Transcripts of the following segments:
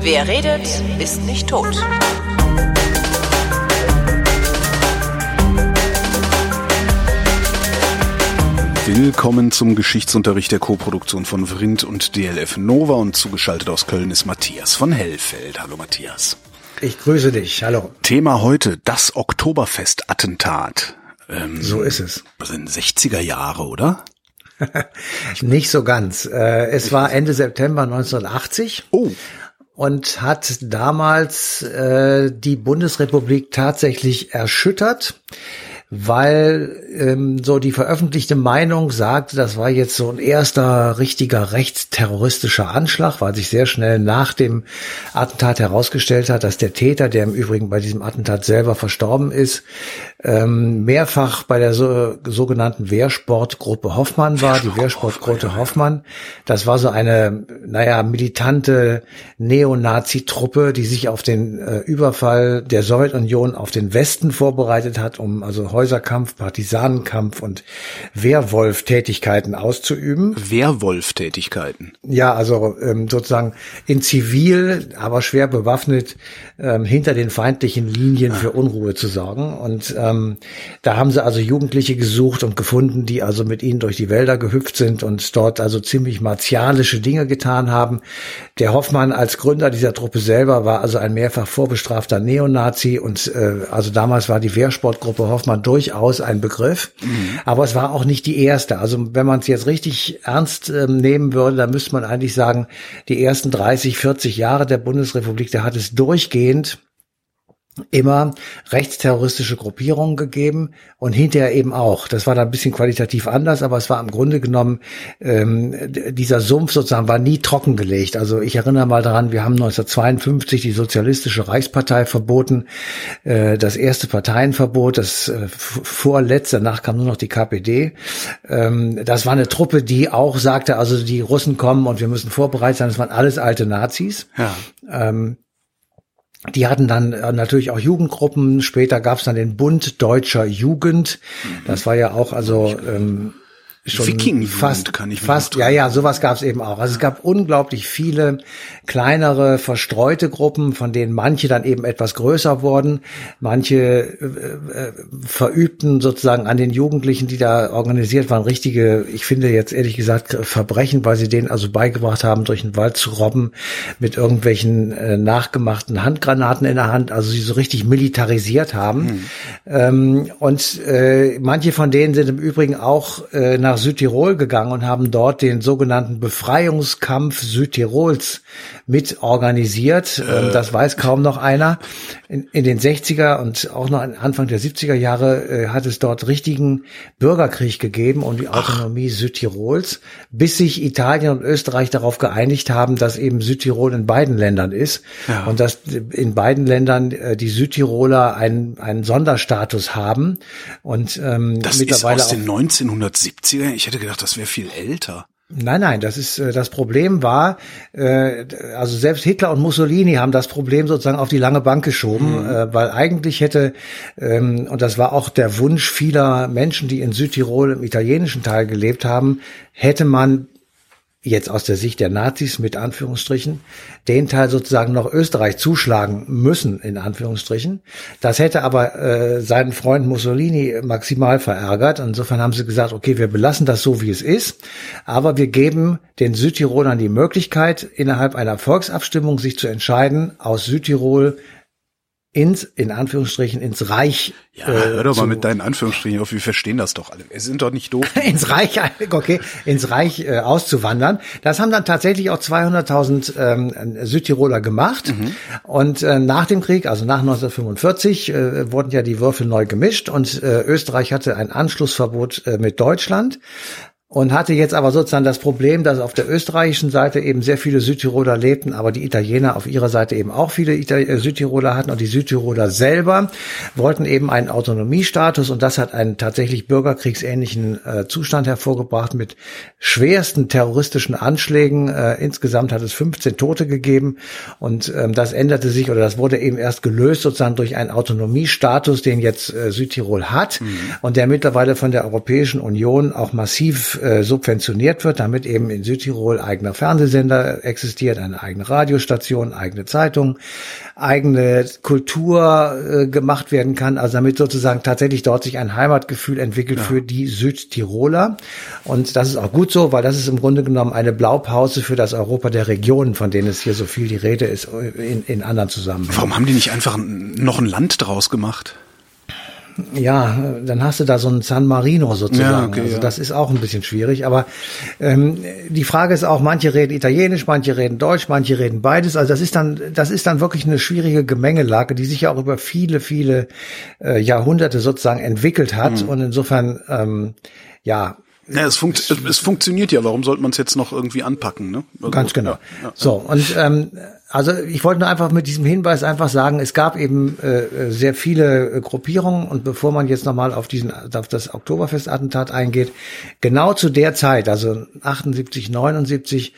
Wer redet, ist nicht tot. Willkommen zum Geschichtsunterricht der Koproduktion von Vrindt und DLF Nova, und zugeschaltet aus Köln ist Matthias von Hellfeld. Hallo Matthias. Ich grüße dich, hallo. Thema heute, das Oktoberfest-Attentat. So ist es. Das sind 60er Jahre, oder? Nicht so ganz. Es war Ende September 1980. Oh. Und hat damals die Bundesrepublik tatsächlich erschüttert, weil so die veröffentlichte Meinung sagte, das war jetzt so ein erster richtiger rechtsterroristischer Anschlag, weil sich sehr schnell nach dem Attentat herausgestellt hat, dass der Täter, der im Übrigen bei diesem Attentat selber verstorben ist, mehrfach bei der sogenannten Wehrsportgruppe Hoffmann war. Die Wehrsportgruppe Hoffmann, das war so eine, militante Neonazi-Truppe, die sich auf den Überfall der Sowjetunion auf den Westen vorbereitet hat, um also Häuserkampf, Partisanenkampf und Wehrwolf-Tätigkeiten auszuüben. Wehrwolf-Tätigkeiten? Ja, also sozusagen in Zivil, aber schwer bewaffnet, hinter den feindlichen Linien für Unruhe zu sorgen. Und da haben sie also Jugendliche gesucht und gefunden, die also mit ihnen durch die Wälder gehüpft sind und dort also ziemlich martialische Dinge getan haben. Der Hoffmann als Gründer dieser Truppe selber war also ein mehrfach vorbestrafter Neonazi, und also damals war die Wehrsportgruppe Hoffmann durchaus ein Begriff. Aber es war auch nicht die erste. Also wenn man es jetzt richtig ernst nehmen würde, dann müsste man eigentlich sagen, die ersten 30, 40 Jahre der Bundesrepublik, da hat es durchgehend immer rechtsterroristische Gruppierungen gegeben und hinterher eben auch. Das war dann ein bisschen qualitativ anders, aber es war im Grunde genommen, dieser Sumpf sozusagen war nie trockengelegt. Also ich erinnere mal daran, wir haben 1952 die Sozialistische Reichspartei verboten, das erste Parteienverbot, das vorletzte, danach kam nur noch die KPD. Das war eine Truppe, die auch sagte, also die Russen kommen und wir müssen vorbereitet sein. Das waren alles alte Nazis. Ja. Die hatten dann natürlich auch Jugendgruppen. Später gab es dann den Bund Deutscher Jugend. Das war ja auch also schon fast, sowas gab es eben auch. Also es gab unglaublich viele kleinere, verstreute Gruppen, von denen manche dann eben etwas größer wurden. Manche verübten sozusagen an den Jugendlichen, die da organisiert waren, richtige, ich finde jetzt ehrlich gesagt, Verbrechen, weil sie denen also beigebracht haben, durch den Wald zu robben mit irgendwelchen nachgemachten Handgranaten in der Hand, also sie so richtig militarisiert haben. Und manche von denen sind im Übrigen auch nach Südtirol gegangen und haben dort den sogenannten Befreiungskampf Südtirols mit organisiert. Das weiß kaum noch einer. In den 60er und auch noch Anfang der 70er Jahre hat es dort richtigen Bürgerkrieg gegeben um die Autonomie Südtirols, bis sich Italien und Österreich darauf geeinigt haben, dass eben Südtirol in beiden Ländern ist und dass in beiden Ländern die Südtiroler einen Sonderstatus haben. Und das mittlerweile ist aus den 1970er. Ich hätte gedacht, das wäre viel älter. Nein, das Problem war, also selbst Hitler und Mussolini haben das Problem sozusagen auf die lange Bank geschoben, weil eigentlich hätte, und das war auch der Wunsch vieler Menschen, die in Südtirol im italienischen Teil gelebt haben, hätte man jetzt aus der Sicht der Nazis mit Anführungsstrichen, den Teil sozusagen noch Österreich zuschlagen müssen, in Anführungsstrichen. Das hätte aber seinen Freund Mussolini maximal verärgert. Insofern haben sie gesagt, okay, wir belassen das so, wie es ist, aber wir geben den Südtirolern die Möglichkeit, innerhalb einer Volksabstimmung sich zu entscheiden, aus Südtirol in Anführungsstrichen, ins Reich. Ja, hör doch mal mit deinen Anführungsstrichen auf, wir verstehen das doch alle. Wir sind doch nicht doof. ins Reich auszuwandern. Das haben dann tatsächlich auch 200.000 Südtiroler gemacht. Und nach dem Krieg, also nach 1945, wurden ja die Würfel neu gemischt und Österreich hatte ein Anschlussverbot mit Deutschland. Und hatte jetzt aber sozusagen das Problem, dass auf der österreichischen Seite eben sehr viele Südtiroler lebten, aber die Italiener auf ihrer Seite eben auch viele Südtiroler hatten, und die Südtiroler selber wollten eben einen Autonomiestatus, und das hat einen tatsächlich bürgerkriegsähnlichen Zustand hervorgebracht mit schwersten terroristischen Anschlägen. Insgesamt hat es 15 Tote gegeben, und das änderte sich, oder das wurde eben erst gelöst sozusagen durch einen Autonomiestatus, den jetzt Südtirol hat und der mittlerweile von der Europäischen Union auch massiv subventioniert wird, damit eben in Südtirol eigener Fernsehsender existiert, eine eigene Radiostation, eigene Zeitung, eigene Kultur gemacht werden kann, also damit sozusagen tatsächlich dort sich ein Heimatgefühl entwickelt für die Südtiroler. Und das ist auch gut so, weil das ist im Grunde genommen eine Blaupause für das Europa der Regionen, von denen es hier so viel die Rede ist in anderen Zusammenhängen. Warum haben die nicht einfach noch ein Land draus gemacht? Ja, dann hast du da so ein San Marino sozusagen. Ja, okay, das ist auch ein bisschen schwierig. Aber die Frage ist auch, manche reden Italienisch, manche reden Deutsch, manche reden beides. Also das ist dann wirklich eine schwierige Gemengelage, die sich ja auch über viele, viele Jahrhunderte sozusagen entwickelt hat. Und insofern, Ja, es funktioniert ja. Warum sollte man es jetzt noch irgendwie anpacken? Ne? Also, ganz genau. Ja. So, und also ich wollte nur einfach mit diesem Hinweis einfach sagen, es gab eben sehr viele Gruppierungen, und bevor man jetzt nochmal auf das Oktoberfestattentat eingeht, genau zu der Zeit, also 78, 79,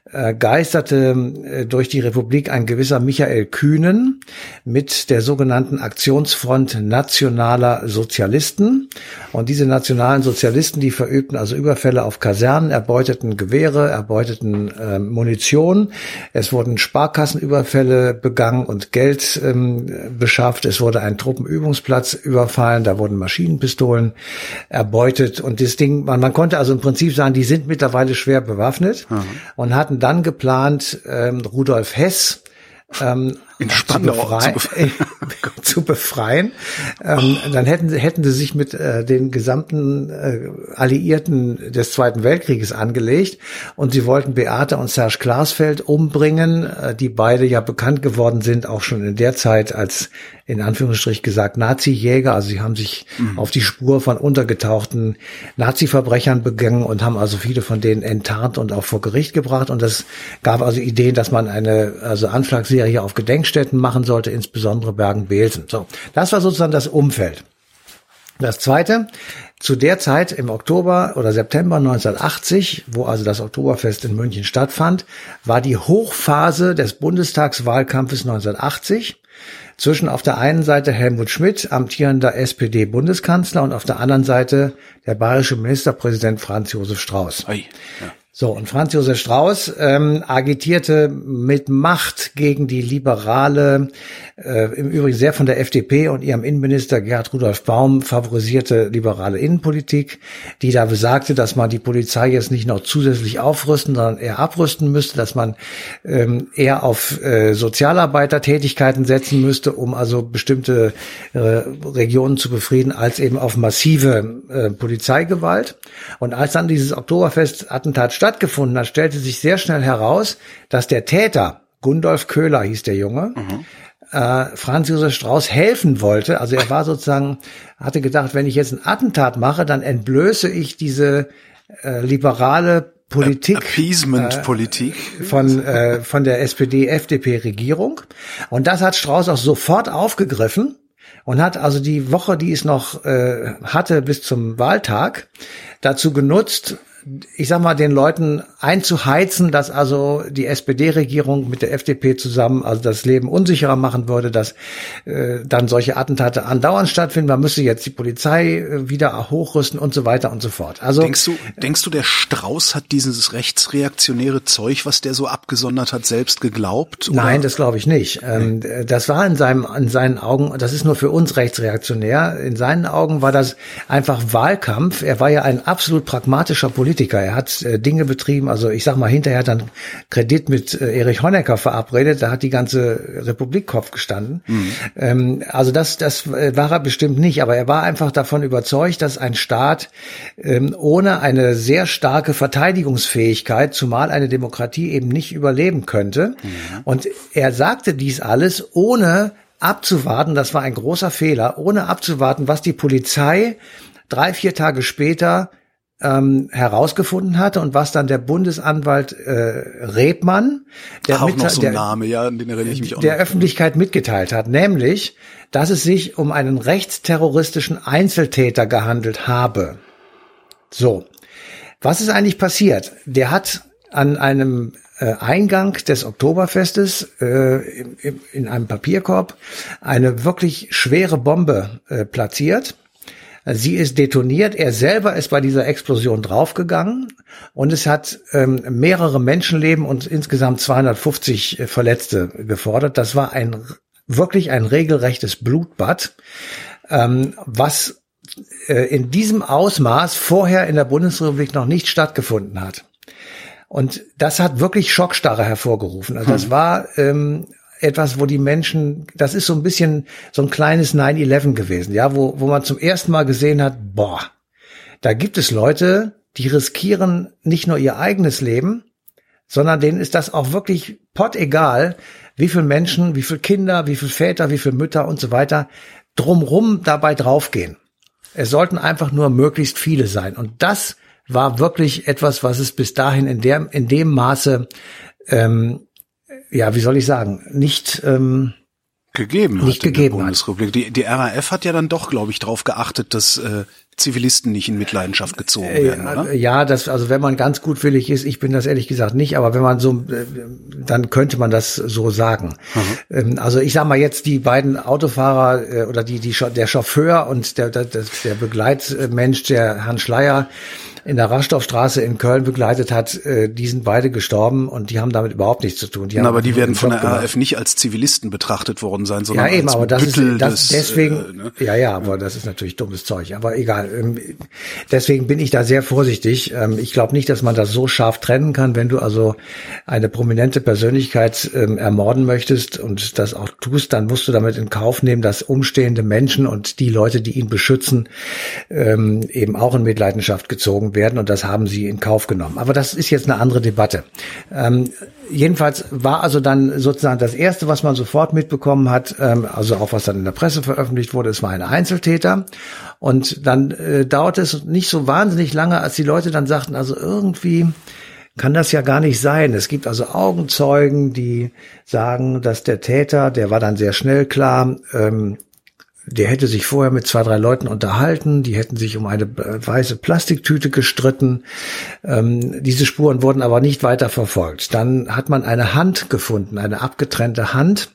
geisterte durch die Republik ein gewisser Michael Kühnen mit der sogenannten Aktionsfront Nationaler Sozialisten. Und diese nationalen Sozialisten, die verübten also Überfälle auf Kasernen, erbeuteten Gewehre, erbeuteten Munition. Es wurden Sparkassenüberfälle begangen und Geld beschafft. Es wurde ein Truppenübungsplatz überfallen. Da wurden Maschinenpistolen erbeutet. Und das Ding, man konnte also im Prinzip sagen, die sind mittlerweile schwer bewaffnet und hatten dann geplant, Rudolf Hess in Spandau zu befreien. Dann hätten sie sich mit den gesamten Alliierten des Zweiten Weltkrieges angelegt, und sie wollten Beate und Serge Klarsfeld umbringen, die beide ja bekannt geworden sind, auch schon in der Zeit als, in Anführungsstrich gesagt, Nazi-Jäger. Also sie haben sich auf die Spur von untergetauchten Nazi-Verbrechern begangen und haben also viele von denen enttarnt und auch vor Gericht gebracht. Und das gab also Ideen, dass man eine Anschlagsserie auf Gedenkstätten machen sollte, insbesondere Bergen-Belsen. So, das war sozusagen das Umfeld. Das Zweite, zu der Zeit im Oktober oder September 1980, wo also das Oktoberfest in München stattfand, war die Hochphase des Bundestagswahlkampfes 1980 zwischen auf der einen Seite Helmut Schmidt, amtierender SPD-Bundeskanzler, und auf der anderen Seite der bayerische Ministerpräsident Franz Josef Strauß. Ja. So, und Franz Josef Strauß agitierte mit Macht gegen die liberale, im Übrigen sehr von der FDP und ihrem Innenminister Gerhard Rudolf Baum favorisierte liberale Innenpolitik, die da besagte, dass man die Polizei jetzt nicht noch zusätzlich aufrüsten, sondern eher abrüsten müsste, dass man eher auf Sozialarbeitertätigkeiten setzen müsste, um also bestimmte Regionen zu befrieden, als eben auf massive Polizeigewalt. Und als dann dieses Oktoberfest-Attentat stattgefunden hat, stellte sich sehr schnell heraus, dass der Täter, Gundolf Köhler hieß der Junge, Franz Josef Strauß helfen wollte. Also er war sozusagen, hatte gedacht, wenn ich jetzt ein Attentat mache, dann entblöße ich diese liberale Politik, Appeasement-Politik von der SPD-FDP-Regierung. Und das hat Strauß auch sofort aufgegriffen und hat also die Woche, die es noch hatte bis zum Wahltag, dazu genutzt, ich sag mal, den Leuten einzuheizen, dass also die SPD-Regierung mit der FDP zusammen also das Leben unsicherer machen würde, dass dann solche Attentate andauernd stattfinden. Man müsste jetzt die Polizei wieder hochrüsten und so weiter und so fort. Also denkst du, der Strauß hat dieses rechtsreaktionäre Zeug, was der so abgesondert hat, selbst geglaubt? Oder? Nein, das glaube ich nicht. Das war in seinen Augen, das ist nur für uns rechtsreaktionär, in seinen Augen war das einfach Wahlkampf. Er war ja ein absolut pragmatischer Politiker. Er hat Dinge betrieben, also ich sag mal, hinterher hat dann Kredit mit Erich Honecker verabredet, da hat die ganze Republik Kopf gestanden. Also das war er bestimmt nicht, aber er war einfach davon überzeugt, dass ein Staat ohne eine sehr starke Verteidigungsfähigkeit, zumal eine Demokratie eben nicht überleben könnte. Und er sagte dies alles, ohne abzuwarten, das war ein großer Fehler, ohne abzuwarten, was die Polizei 3-4 Tage später herausgefunden hatte und was dann der Bundesanwalt Rebmann, der Öffentlichkeit mitgeteilt hat, nämlich, dass es sich um einen rechtsterroristischen Einzeltäter gehandelt habe. So, was ist eigentlich passiert? Der hat an einem Eingang des Oktoberfestes in einem Papierkorb eine wirklich schwere Bombe platziert, Sie ist detoniert, er selber ist bei dieser Explosion draufgegangen und es hat mehrere Menschenleben und insgesamt 250 Verletzte gefordert. Das war wirklich ein regelrechtes Blutbad, was in diesem Ausmaß vorher in der Bundesrepublik noch nicht stattgefunden hat. Und das hat wirklich Schockstarre hervorgerufen. Also das war etwas, wo die Menschen, das ist so ein bisschen so ein kleines 9/11 gewesen, ja, wo man zum ersten Mal gesehen hat, boah, da gibt es Leute, die riskieren nicht nur ihr eigenes Leben, sondern denen ist das auch wirklich pottegal, wie viele Menschen, wie viele Kinder, wie viele Väter, wie viele Mütter und so weiter drumrum dabei draufgehen. Es sollten einfach nur möglichst viele sein. Und das war wirklich etwas, was es bis dahin in dem Maße ja, wie soll ich sagen, nicht gegeben hat. Nicht gegeben hat. Bundesrepublik. Die RAF hat ja dann doch, glaube ich, darauf geachtet, dass Zivilisten nicht in Mitleidenschaft gezogen werden, oder? Ja, also wenn man ganz gutwillig ist, ich bin das ehrlich gesagt nicht, aber wenn man so, dann könnte man das so sagen. Also ich sag mal jetzt die beiden Autofahrer oder der Chauffeur und der Begleitmensch, der Herrn Schleyer in der Raschdorfstraße in Köln begleitet hat, die sind beide gestorben und die haben damit überhaupt nichts zu tun. Aber die werden von der RAF nicht als Zivilisten betrachtet worden sein, sondern ja, eben, als aber Büttel deswegen, ne? ja, aber das ist natürlich dummes Zeug. Aber egal. Deswegen bin ich da sehr vorsichtig. Ich glaube nicht, dass man das so scharf trennen kann, wenn du also eine prominente Persönlichkeit ermorden möchtest und das auch tust, dann musst du damit in Kauf nehmen, dass umstehende Menschen und die Leute, die ihn beschützen, eben auch in Mitleidenschaft gezogen werden und das haben sie in Kauf genommen. Aber das ist jetzt eine andere Debatte. Jedenfalls war also dann sozusagen das Erste, was man sofort mitbekommen hat, also auch was dann in der Presse veröffentlicht wurde, es war ein Einzeltäter und dann dauerte es nicht so wahnsinnig lange, als die Leute dann sagten, also irgendwie kann das ja gar nicht sein. Es gibt also Augenzeugen, die sagen, dass der Täter, der war dann sehr schnell klar, der hätte sich vorher mit 2, 3 Leuten unterhalten, die hätten sich um eine weiße Plastiktüte gestritten. Diese Spuren wurden aber nicht weiter verfolgt. Dann hat man eine Hand gefunden, eine abgetrennte Hand.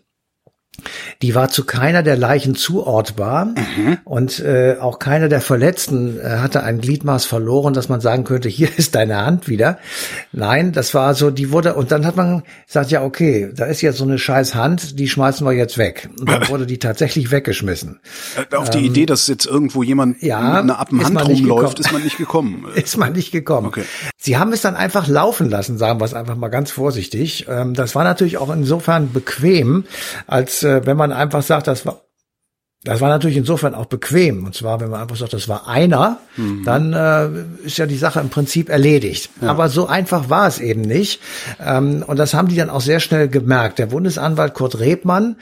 Die war zu keiner der Leichen zuortbar und auch keiner der Verletzten hatte ein Gliedmaß verloren, dass man sagen könnte, hier ist deine Hand wieder. Nein, das war so, die wurde, und dann hat man gesagt, ja okay, da ist jetzt so eine scheiß Hand, die schmeißen wir jetzt weg. Und dann wurde die tatsächlich weggeschmissen. Auf die Idee, dass jetzt irgendwo jemand mit einer Appenhand rumläuft, ist man nicht gekommen. Ist man nicht gekommen. Okay. Sie haben es dann einfach laufen lassen, sagen wir es einfach mal ganz vorsichtig. Das war natürlich auch insofern bequem, als wenn man einfach sagt, das war natürlich insofern auch bequem. Und zwar, wenn man einfach sagt, das war einer, dann ist ja die Sache im Prinzip erledigt. Ja. Aber so einfach war es eben nicht. Und das haben die dann auch sehr schnell gemerkt. Der Bundesanwalt Kurt Rebmann,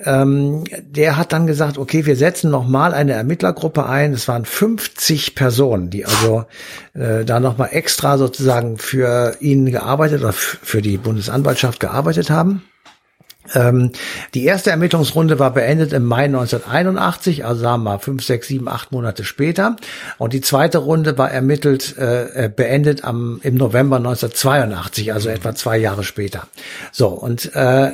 der hat dann gesagt, okay, wir setzen nochmal eine Ermittlergruppe ein. Es waren 50 Personen, die also da nochmal extra sozusagen für ihn gearbeitet oder für die Bundesanwaltschaft gearbeitet haben. Die erste Ermittlungsrunde war beendet im Mai 1981, also sagen wir mal 5, 6, 7, 8 Monate später. Und die zweite Runde war beendet im November 1982, also etwa 2 Jahre später. So, und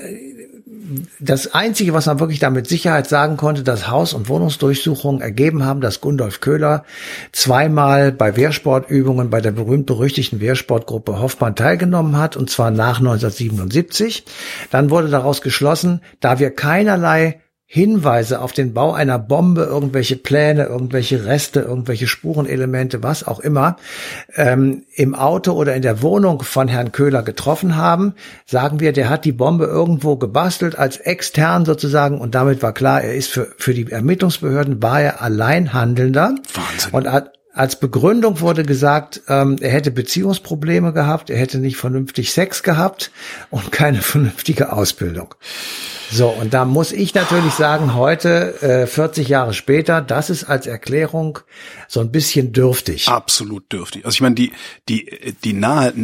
das Einzige, was man wirklich da mit Sicherheit sagen konnte, dass Haus- und Wohnungsdurchsuchungen ergeben haben, dass Gundolf Köhler 2-mal bei Wehrsportübungen bei der berühmt-berüchtigten Wehrsportgruppe Hoffmann teilgenommen hat, und zwar nach 1977. Dann wurde daraus geschlossen, da wir keinerlei Hinweise auf den Bau einer Bombe, irgendwelche Pläne, irgendwelche Reste, irgendwelche Spurenelemente, was auch immer, im Auto oder in der Wohnung von Herrn Köhler getroffen haben, sagen wir, der hat die Bombe irgendwo gebastelt als extern sozusagen, und damit war klar, er ist für die Ermittlungsbehörden, war er Alleinhandelnder. Wahnsinn. Und als Begründung wurde gesagt, er hätte Beziehungsprobleme gehabt, er hätte nicht vernünftig Sex gehabt und keine vernünftige Ausbildung. So, und da muss ich natürlich sagen, heute, 40 Jahre später, das ist als Erklärung so ein bisschen dürftig. Absolut dürftig. Also ich meine, die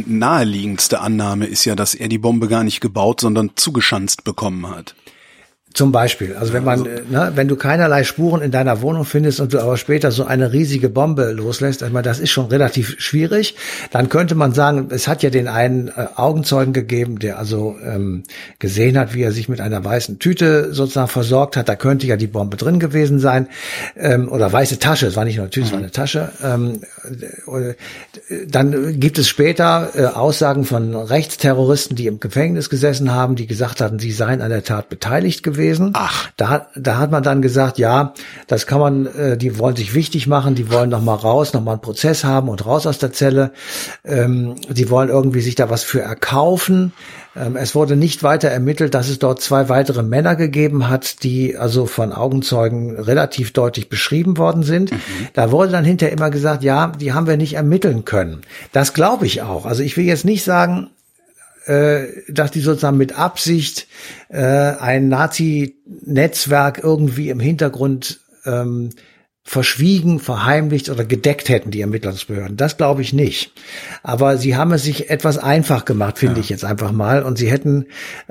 naheliegendste Annahme ist ja, dass er die Bombe gar nicht gebaut, sondern zugeschanzt bekommen hat. Zum Beispiel, also wenn du keinerlei Spuren in deiner Wohnung findest und du aber später so eine riesige Bombe loslässt, ich meine, das ist schon relativ schwierig, dann könnte man sagen, es hat ja den einen Augenzeugen gegeben, der also gesehen hat, wie er sich mit einer weißen Tüte sozusagen versorgt hat, da könnte ja die Bombe drin gewesen sein, oder weiße Tasche, es war nicht nur eine Tüte, es war eine Tasche. Dann gibt es später Aussagen von Rechtsterroristen, die im Gefängnis gesessen haben, die gesagt hatten, sie seien an der Tat beteiligt gewesen. Ach. Da hat man dann gesagt, ja, das kann man, die wollen sich wichtig machen, die wollen noch mal raus, noch mal einen Prozess haben und raus aus der Zelle. Die wollen irgendwie sich da was für erkaufen. Es wurde nicht weiter ermittelt, dass es dort 2 weitere Männer gegeben hat, die also von Augenzeugen relativ deutlich beschrieben worden sind. Da wurde dann hinterher immer gesagt, ja, die haben wir nicht ermitteln können. Das glaube ich auch. Also ich will jetzt nicht sagen, dass die sozusagen mit Absicht ein Nazi-Netzwerk irgendwie im Hintergrund verschwiegen, verheimlicht oder gedeckt hätten, die Ermittlungsbehörden. Das glaube ich nicht. Aber sie haben es sich etwas einfach gemacht, finde ich jetzt einfach mal. Und sie hätten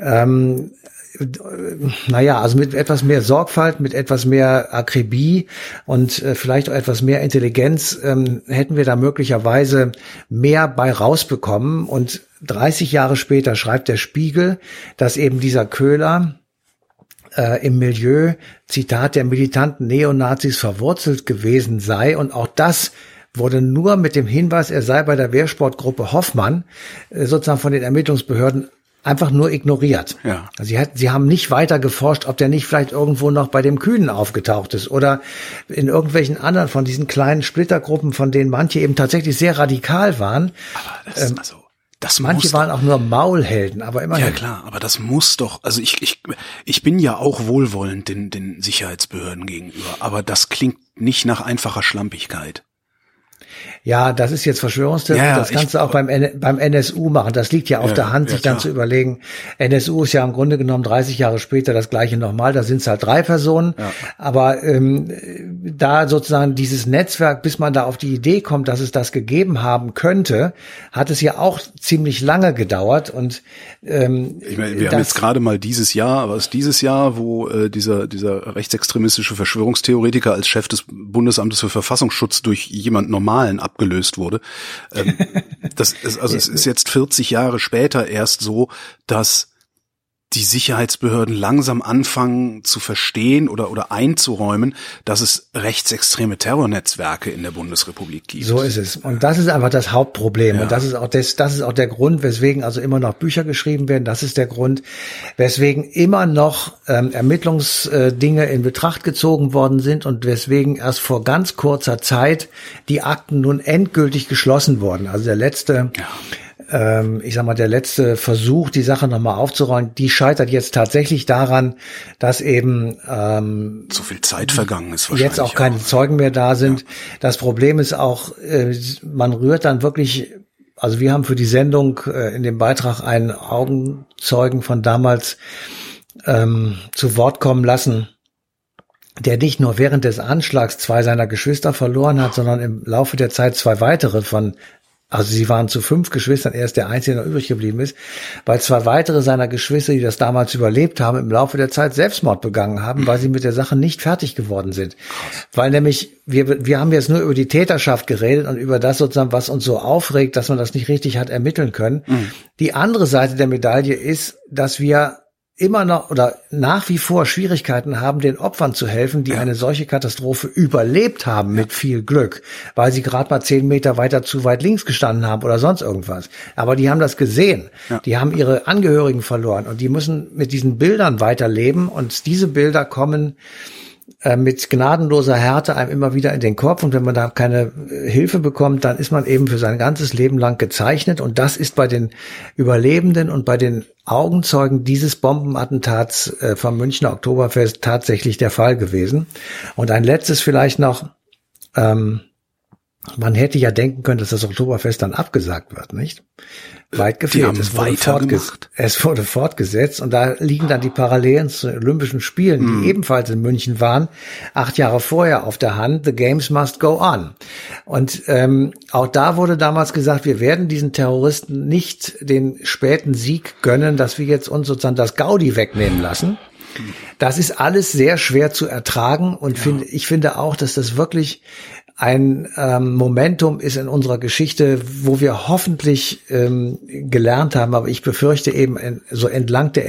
also mit etwas mehr Sorgfalt, mit etwas mehr Akribie und vielleicht auch etwas mehr Intelligenz hätten wir da möglicherweise mehr bei rausbekommen. Und 30 Jahre später schreibt der Spiegel, dass eben dieser Köhler im Milieu, Zitat, der militanten Neonazis verwurzelt gewesen sei. Und auch das wurde nur mit dem Hinweis, er sei bei der Wehrsportgruppe Hoffmann sozusagen von den Ermittlungsbehörden einfach nur ignoriert. Ja. Also sie haben nicht weiter geforscht, ob der nicht vielleicht irgendwo noch bei dem Kühnen aufgetaucht ist oder in irgendwelchen anderen von diesen kleinen Splittergruppen, von denen manche eben tatsächlich sehr radikal waren. Aber manche waren auch nur Maulhelden, aber immerhin. Ja klar, aber das muss doch, also ich bin ja auch wohlwollend den Sicherheitsbehörden gegenüber, aber das klingt nicht nach einfacher Schlampigkeit. Ja, das ist jetzt Verschwörungstheorie. Ja, das kannst du auch beim NSU machen. Das liegt ja auf der Hand, sich dann zu überlegen. NSU ist ja im Grunde genommen 30 Jahre später das Gleiche nochmal. Da sind es halt 3 Personen. Ja. Aber da sozusagen dieses Netzwerk, bis man da auf die Idee kommt, dass es das gegeben haben könnte, hat es ja auch ziemlich lange gedauert. Und ich meine, wir haben jetzt gerade mal dieses Jahr, aber es ist dieses Jahr, wo dieser rechtsextremistische Verschwörungstheoretiker als Chef des Bundesamtes für Verfassungsschutz durch jemand Normalen abgelöst wurde. Es ist jetzt 40 Jahre später erst so, dass die Sicherheitsbehörden langsam anfangen zu verstehen oder einzuräumen, dass es rechtsextreme Terrornetzwerke in der Bundesrepublik gibt. So ist es. Und das ist einfach das Hauptproblem. Ja. Und das ist auch der Grund, weswegen also immer noch Bücher geschrieben werden. Das ist der Grund, weswegen immer noch Ermittlungsdinge in Betracht gezogen worden sind und weswegen erst vor ganz kurzer Zeit die Akten nun endgültig geschlossen wurden. Also der letzte Versuch, die Sache nochmal aufzurollen, die scheitert jetzt tatsächlich daran, dass eben so viel Zeit vergangen ist wahrscheinlich. Jetzt auch keine Zeugen mehr da sind. Ja. Das Problem ist auch, man rührt dann wirklich, also wir haben für die Sendung in dem Beitrag einen Augenzeugen von damals zu Wort kommen lassen, der nicht nur während des Anschlags 2 seiner Geschwister verloren hat, sondern im Laufe der Zeit 2 weitere also sie waren zu 5 Geschwistern, er ist der Einzige, der noch übrig geblieben ist, weil 2 weitere seiner Geschwister, die das damals überlebt haben, im Laufe der Zeit Selbstmord begangen haben, weil sie mit der Sache nicht fertig geworden sind. Weil nämlich, wir haben jetzt nur über die Täterschaft geredet und über das sozusagen, was uns so aufregt, dass man das nicht richtig hat ermitteln können. Die andere Seite der Medaille ist, dass wir immer noch oder nach wie vor Schwierigkeiten haben, den Opfern zu helfen, die eine solche Katastrophe überlebt haben mit viel Glück, weil sie gerade mal 10 Meter weiter zu weit links gestanden haben oder sonst irgendwas. Aber die haben das gesehen. Ja. Die haben ihre Angehörigen verloren und die müssen mit diesen Bildern weiterleben und diese Bilder kommen mit gnadenloser Härte einem immer wieder in den Kopf und wenn man da keine Hilfe bekommt, dann ist man eben für sein ganzes Leben lang gezeichnet und das ist bei den Überlebenden und bei den Augenzeugen dieses Bombenattentats vom Münchner Oktoberfest tatsächlich der Fall gewesen. Und ein letztes vielleicht noch, man hätte ja denken können, dass das Oktoberfest dann abgesagt wird, nicht? Weit gefehlt. Es wurde fortgesetzt und da liegen dann die Parallelen zu den Olympischen Spielen, die ebenfalls in München waren, 8 Jahre vorher auf der Hand. The games must go on. Und auch da wurde damals gesagt, wir werden diesen Terroristen nicht den späten Sieg gönnen, dass wir jetzt uns sozusagen das Gaudi wegnehmen lassen. Das ist alles sehr schwer zu ertragen und ich finde auch, dass das wirklich ein Momentum ist in unserer Geschichte, wo wir hoffentlich gelernt haben, aber ich befürchte eben so entlang der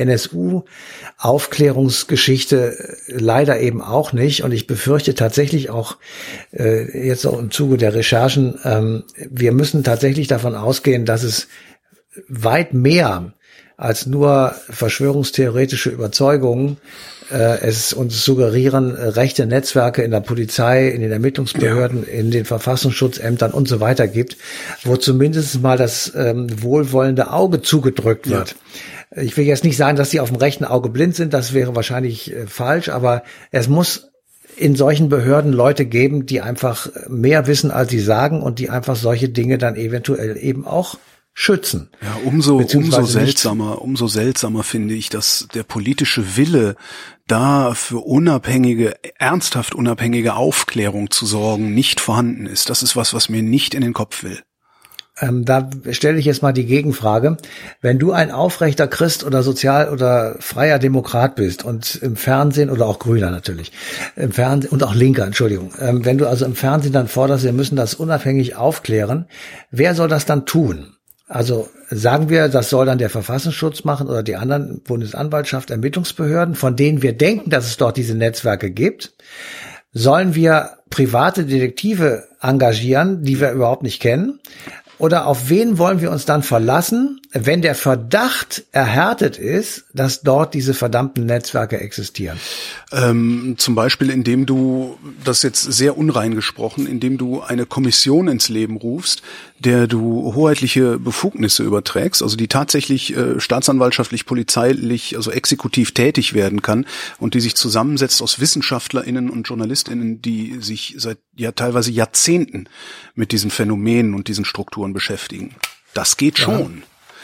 NSU-Aufklärungsgeschichte leider eben auch nicht. Und ich befürchte tatsächlich auch jetzt auch im Zuge der Recherchen, wir müssen tatsächlich davon ausgehen, dass es weit mehr als nur verschwörungstheoretische Überzeugungen es uns suggerieren, rechte Netzwerke in der Polizei, in den Ermittlungsbehörden, in den Verfassungsschutzämtern und so weiter gibt, wo zumindest mal das wohlwollende Auge zugedrückt wird. Ja. Ich will jetzt nicht sagen, dass die auf dem rechten Auge blind sind, das wäre wahrscheinlich falsch, aber es muss in solchen Behörden Leute geben, die einfach mehr wissen, als sie sagen und die einfach solche Dinge dann eventuell eben auch schützen. Ja, umso seltsamer finde ich, dass der politische Wille, da für ernsthaft unabhängige Aufklärung zu sorgen, nicht vorhanden ist. Das ist was mir nicht in den Kopf will. Da stelle ich jetzt mal die Gegenfrage. Wenn du ein aufrechter Christ oder sozial- oder freier Demokrat bist und im Fernsehen, oder auch Grüner natürlich, im Fernsehen und auch Linker, Entschuldigung, wenn du also im Fernsehen dann forderst, wir müssen das unabhängig aufklären, wer soll das dann tun? Also sagen wir, das soll dann der Verfassungsschutz machen oder die anderen Bundesanwaltschaft, Ermittlungsbehörden, von denen wir denken, dass es dort diese Netzwerke gibt. Sollen wir private Detektive engagieren, die wir überhaupt nicht kennen? Oder auf wen wollen wir uns dann verlassen, wenn der Verdacht erhärtet ist, dass dort diese verdammten Netzwerke existieren? Zum Beispiel, indem du, das jetzt sehr unrein gesprochen, indem du eine Kommission ins Leben rufst, der du hoheitliche Befugnisse überträgst, also die tatsächlich staatsanwaltschaftlich, polizeilich, also exekutiv tätig werden kann und die sich zusammensetzt aus WissenschaftlerInnen und JournalistInnen, die sich seit teilweise Jahrzehnten mit diesen Phänomenen und diesen Strukturen beschäftigen. Das geht schon.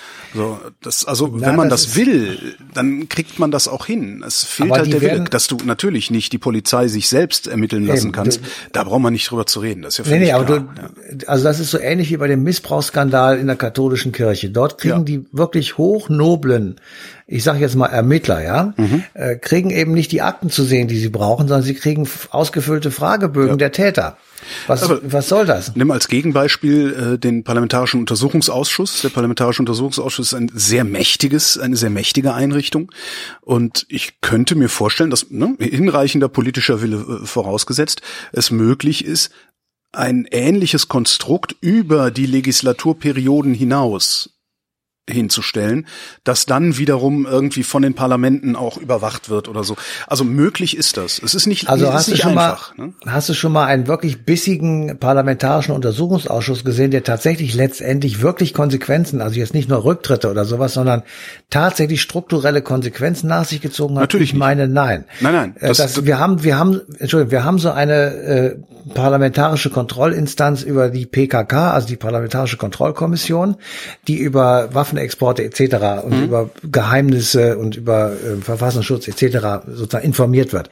Wenn man das will, dann kriegt man das auch hin. Es fehlt halt der Wille, dass du natürlich nicht die Polizei sich selbst ermitteln lassen kannst. Da braucht man nicht drüber zu reden. Das ist ja völlig klar. Also das ist so ähnlich wie bei dem Missbrauchsskandal in der katholischen Kirche. Dort kriegen die wirklich hochnoblen, ich sage jetzt mal Ermittler, kriegen eben nicht die Akten zu sehen, die sie brauchen, sondern sie kriegen ausgefüllte Fragebögen der Täter. Was soll das? Nimm als Gegenbeispiel den Parlamentarischen Untersuchungsausschuss. Der Parlamentarische Untersuchungsausschuss ist eine sehr mächtige Einrichtung. Und ich könnte mir vorstellen, dass hinreichender politischer Wille vorausgesetzt, es möglich ist, ein ähnliches Konstrukt über die Legislaturperioden hinaus hinzustellen, das dann wiederum irgendwie von den Parlamenten auch überwacht wird oder so. Also möglich ist das. Es ist nicht, einfach. Hast du schon mal einen wirklich bissigen parlamentarischen Untersuchungsausschuss gesehen, der tatsächlich letztendlich wirklich Konsequenzen, also jetzt nicht nur Rücktritte oder sowas, sondern tatsächlich strukturelle Konsequenzen nach sich gezogen hat? Natürlich. Ich meine, nein. Nein. Wir haben so eine parlamentarische Kontrollinstanz über die PKK, also die Parlamentarische Kontrollkommission, die über Waffenexporte etc. und über Geheimnisse und über Verfassungsschutz etc. sozusagen informiert wird.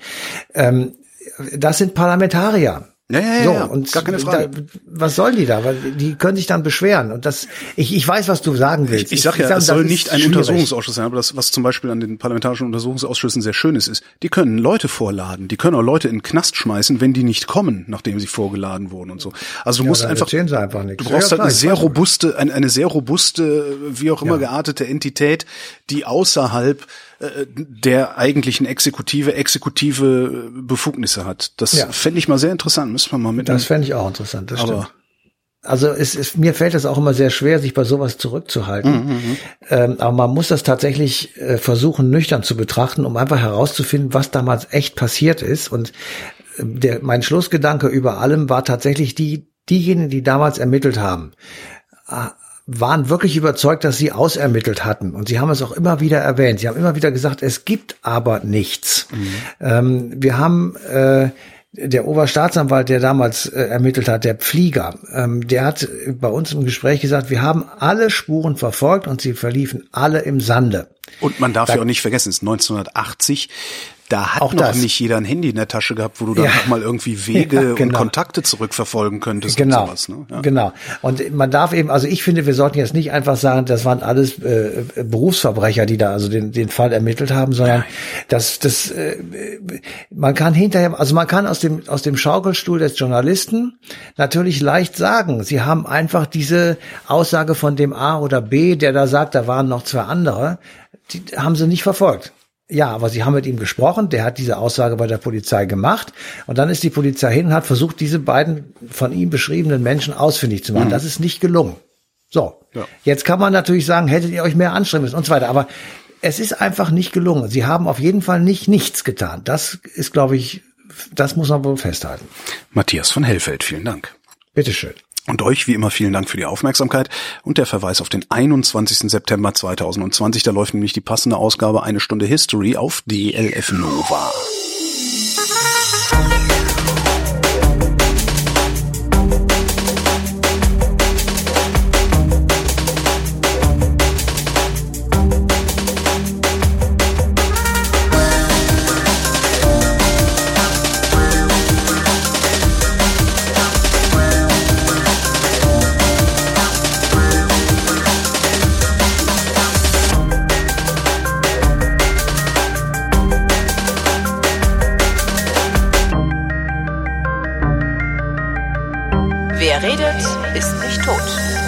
Das sind Parlamentarier. Ja, und gar keine Frage. Was sollen die da? Weil die können sich dann beschweren. Und ich weiß, was du sagen willst. Ich sage ja, es soll nicht ein Untersuchungsausschuss sein, aber das, was zum Beispiel an den parlamentarischen Untersuchungsausschüssen sehr schön ist, die können Leute vorladen, die können auch Leute in den Knast schmeißen, wenn die nicht kommen, nachdem sie vorgeladen wurden und so. Also du musst einfach du brauchst halt eine sehr robuste, wie auch immer geartete Entität, die außerhalb der eigentlichen exekutive Befugnisse hat. Das fände ich mal sehr interessant. Müssen wir mal mitnehmen. Das fände ich auch interessant, das stimmt. Also mir fällt es auch immer sehr schwer, sich bei sowas zurückzuhalten. Aber man muss das tatsächlich versuchen, nüchtern zu betrachten, um einfach herauszufinden, was damals echt passiert ist. Und mein Schlussgedanke über allem war tatsächlich diejenigen, die damals ermittelt haben, waren wirklich überzeugt, dass sie ausermittelt hatten. Und sie haben es auch immer wieder erwähnt. Sie haben immer wieder gesagt, es gibt aber nichts. Wir haben der Oberstaatsanwalt, der damals ermittelt hat, der Pflieger, der hat bei uns im Gespräch gesagt, wir haben alle Spuren verfolgt und sie verliefen alle im Sande. Und man darf ja auch nicht vergessen, es ist 1980. Da hat noch nicht jeder ein Handy in der Tasche gehabt, wo du dann auch mal irgendwie Wege und Kontakte zurückverfolgen könntest und sowas. Ne? Ja. Genau. Und man darf eben, also ich finde, wir sollten jetzt nicht einfach sagen, das waren alles Berufsverbrecher, die da also den Fall ermittelt haben, sondern man kann hinterher, also man kann aus dem Schaukelstuhl des Journalisten natürlich leicht sagen, sie haben einfach diese Aussage von dem A oder B, der da sagt, da waren noch 2 andere, die haben sie nicht verfolgt. Ja, aber sie haben mit ihm gesprochen, der hat diese Aussage bei der Polizei gemacht und dann ist die Polizei hin und hat versucht, diese beiden von ihm beschriebenen Menschen ausfindig zu machen. Das ist nicht gelungen. So, Jetzt kann man natürlich sagen, hättet ihr euch mehr anstrengen müssen und so weiter, aber es ist einfach nicht gelungen. Sie haben auf jeden Fall nichts getan. Das ist, glaube ich, das muss man wohl festhalten. Matthias von Hellfeld, vielen Dank. Bitteschön. Und euch wie immer vielen Dank für die Aufmerksamkeit und der Verweis auf den 21. September 2020. Da läuft nämlich die passende Ausgabe Eine Stunde History auf DLF Nova. Wer redet, ist nicht tot.